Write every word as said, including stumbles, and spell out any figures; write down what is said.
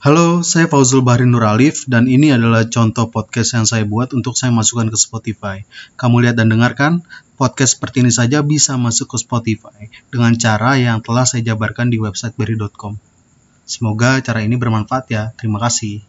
Halo, saya Fauzul Bahri Nur Alif dan ini adalah contoh podcast yang saya buat untuk saya masukkan ke Spotify. Kamu lihat dan dengarkan, podcast seperti ini saja bisa masuk ke Spotify dengan cara yang telah saya jabarkan di website berry dot com. Semoga cara ini bermanfaat ya. Terima kasih.